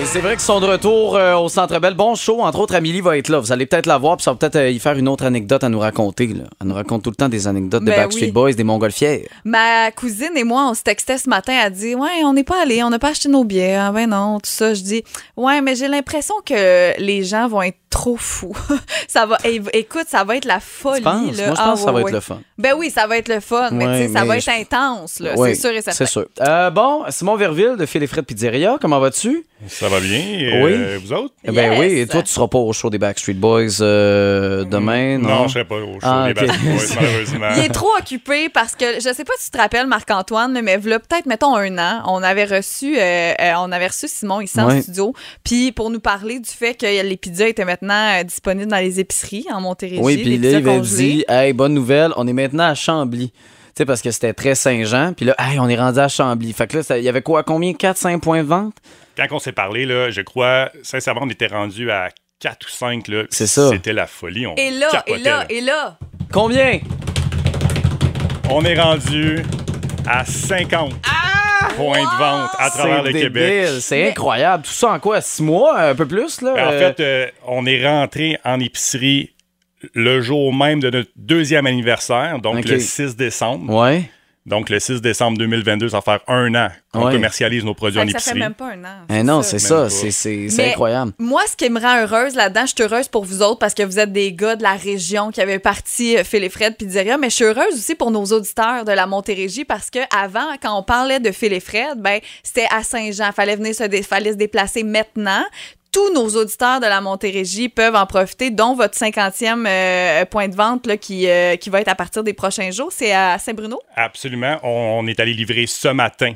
Et c'est vrai qu'ils sont de retour au Centre Bell. Bon show, entre autres, Amélie va être là. Vous allez peut-être la voir, puis ça va peut-être y faire une autre anecdote à nous raconter. Là. Elle nous raconte tout le temps des anecdotes de Backstreet Boys, des Montgolfières. Ma cousine et moi, on se textait ce matin. Elle dit « Ouais, on n'est pas allés, on n'a pas acheté nos billets. Ah, ben non, tout ça. » Je dis « Ouais, mais j'ai l'impression que les gens vont être trop fous. » Ça va, écoute, ça va être la folie. Tu penses? Là. Moi, je pense que ça va être le fun. Ben oui, ça va être le fun, mais tu sais, ça va être intense. Là. Oui, c'est sûr et certain. c'est sûr. Bon, Simon Verville de Phil et Fred Pizzeria, comment vas-tu? Ça va bien. Oui. Vous autres? Ben oui, et toi, tu seras pas au show des Backstreet Boys demain, non? Non, je serai pas au show des Backstreet Boys, malheureusement. Il est trop occupé parce que, je sais pas si tu te rappelles, Marc-Antoine, mais là, peut-être, mettons, 1 an, on avait reçu Simon ici en studio, puis pour nous parler du fait que les pizzas étaient maintenant disponibles dans les épiceries en Montérégie. Oui, puis là, il avait dit, hey, bonne nouvelle, on est maintenant à Chambly. Tu sais, parce que c'était très Saint-Jean. Puis là, hey, on est rendu à Chambly. Fait que là, il y avait quoi? Combien? 4-5 points de vente? Quand on s'est parlé, là, je crois, sincèrement, on était rendu à 4 ou 5. Là, c'est ça. C'était la folie. On capotait, et là. Combien? On est rendu à 50 points de vente à travers le Québec. C'est incroyable. Tout ça en quoi? 6 mois? Un peu plus? Là? En fait, on est rentré en épicerie le jour même de notre 2e anniversaire, donc le 6 décembre. Ouais. Donc, le 6 décembre 2022, ça va faire 1 an qu'on commercialise nos produits en épicerie. Ça fait même pas 1 an. Non, c'est ça. C'est incroyable. Moi, ce qui me rend heureuse là-dedans, je suis heureuse pour vous autres parce que vous êtes des gars de la région qui avaient parti Phil et Fred Pizzeria, mais je suis heureuse aussi pour nos auditeurs de la Montérégie parce que avant, quand on parlait de Phil et Fred, ben c'était à Saint-Jean. Fallait se déplacer maintenant. Tous nos auditeurs de la Montérégie peuvent en profiter, dont votre 50e point de vente là, qui va être à partir des prochains jours. C'est à Saint-Bruno? Absolument. On est allé livrer ce matin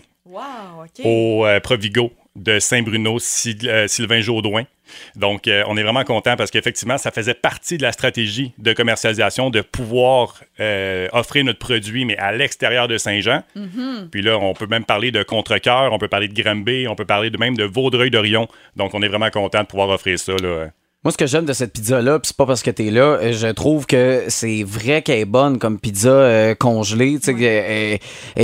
au Provigo de Saint-Bruno, Sylvain Jaudoin. Donc, on est vraiment content parce qu'effectivement, ça faisait partie de la stratégie de commercialisation de pouvoir offrir notre produit, mais à l'extérieur de Saint-Jean. Mm-hmm. Puis là, on peut même parler de Contrecœur, on peut parler de Granby, on peut parler même de Vaudreuil-Dorion. Donc, on est vraiment content de pouvoir offrir ça, là. Moi, ce que j'aime de cette pizza-là, pis c'est pas parce que t'es là, je trouve que c'est vrai qu'elle est bonne comme pizza congelée. Tu sais,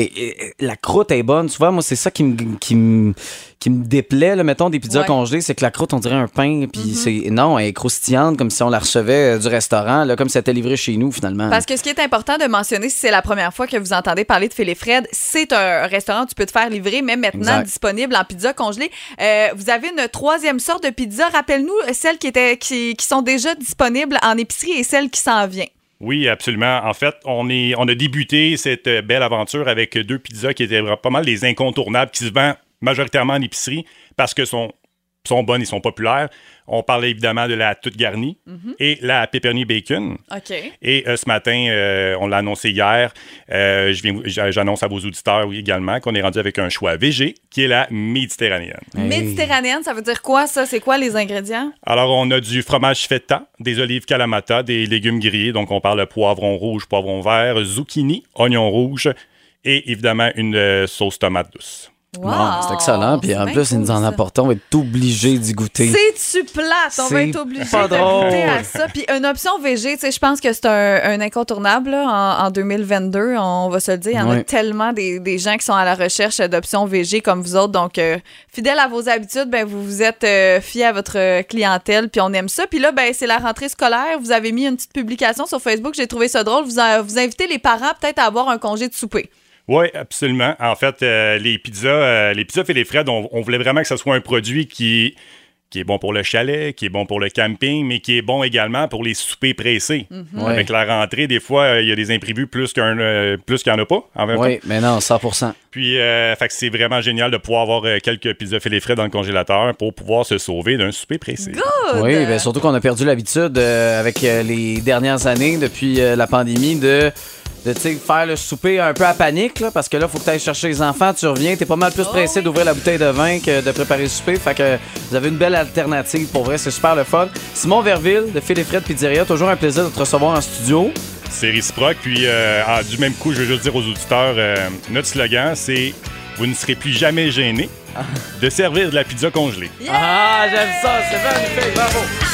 la croûte est bonne. Souvent, moi, c'est ça qui me déplaît, là, mettons, des pizzas congelées, c'est que la croûte, on dirait un pain, puis non, elle est croustillante, comme si on la recevait du restaurant, là, comme si c'était livré chez nous, finalement. Parce que ce qui est important de mentionner, si c'est la première fois que vous entendez parler de Phil et Fred, c'est un restaurant où tu peux te faire livrer, mais maintenant disponible en pizza congelée. Vous avez une 3e sorte de pizza. Rappelle-nous celles qui sont déjà disponibles en épicerie et celles qui s'en viennent. Oui, absolument. En fait, on a débuté cette belle aventure avec 2 pizzas qui étaient pas mal des incontournables, qui se vendent majoritairement en épicerie parce que sont bonnes et sont populaires. On parlait évidemment de la toute garnie et la pepperoni bacon. OK. Et ce matin, on l'a annoncé hier, j'annonce à vos auditeurs également qu'on est rendu avec un choix végé qui est la méditerranéenne. Hey. Méditerranéenne, ça veut dire quoi ça? C'est quoi les ingrédients? Alors, on a du fromage feta, des olives Kalamata, des légumes grillés. Donc, on parle de poivron rouge, poivron vert, zucchini, oignon rouge et évidemment une sauce tomate douce. Wow, non, c'est excellent. Puis en plus, ils nous en apportent. On va être obligés d'y goûter. C'est-tu plate? On va être obligés de goûter à ça. Puis une option végé, tu sais, je pense que c'est un incontournable là, en 2022. On va se le dire. Il y en a tellement des gens qui sont à la recherche d'options végé comme vous autres. Donc, fidèles à vos habitudes, ben vous vous êtes fiers à votre clientèle. Puis on aime ça. Puis là, ben c'est la rentrée scolaire. Vous avez mis une petite publication sur Facebook. J'ai trouvé ça drôle. Vous invitez les parents peut-être à avoir un congé de souper. Oui, absolument. En fait, les pizzas Phil et Fred, on voulait vraiment que ce soit un produit qui est bon pour le chalet, qui est bon pour le camping, mais qui est bon également pour les soupers pressés. Mm-hmm. Avec la rentrée, des fois, il y a des imprévus plus qu'il n'y en a pas. Oui, mais non, 100%. Puis, fait que c'est vraiment génial de pouvoir avoir quelques pizzas Phil et Fred dans le congélateur pour pouvoir se sauver d'un souper pressé. Good! Oui, bien, surtout qu'on a perdu l'habitude avec les dernières années, depuis la pandémie, de faire le souper un peu à panique, là, parce que là, il faut que tu ailles chercher les enfants, tu reviens, t'es pas mal plus pressé d'ouvrir la bouteille de vin que de préparer le souper. Fait que vous avez une belle alternative. Pour vrai, c'est super le fun. Simon Verville de Phil et Fred Pizzeria, toujours un plaisir de te recevoir en studio. C'est réciproque. Puis, du même coup, je veux juste dire aux auditeurs, notre slogan, c'est « Vous ne serez plus jamais gênés de servir de la pizza congelée ». Yeah! Ah, j'aime ça, c'est magnifique, bravo!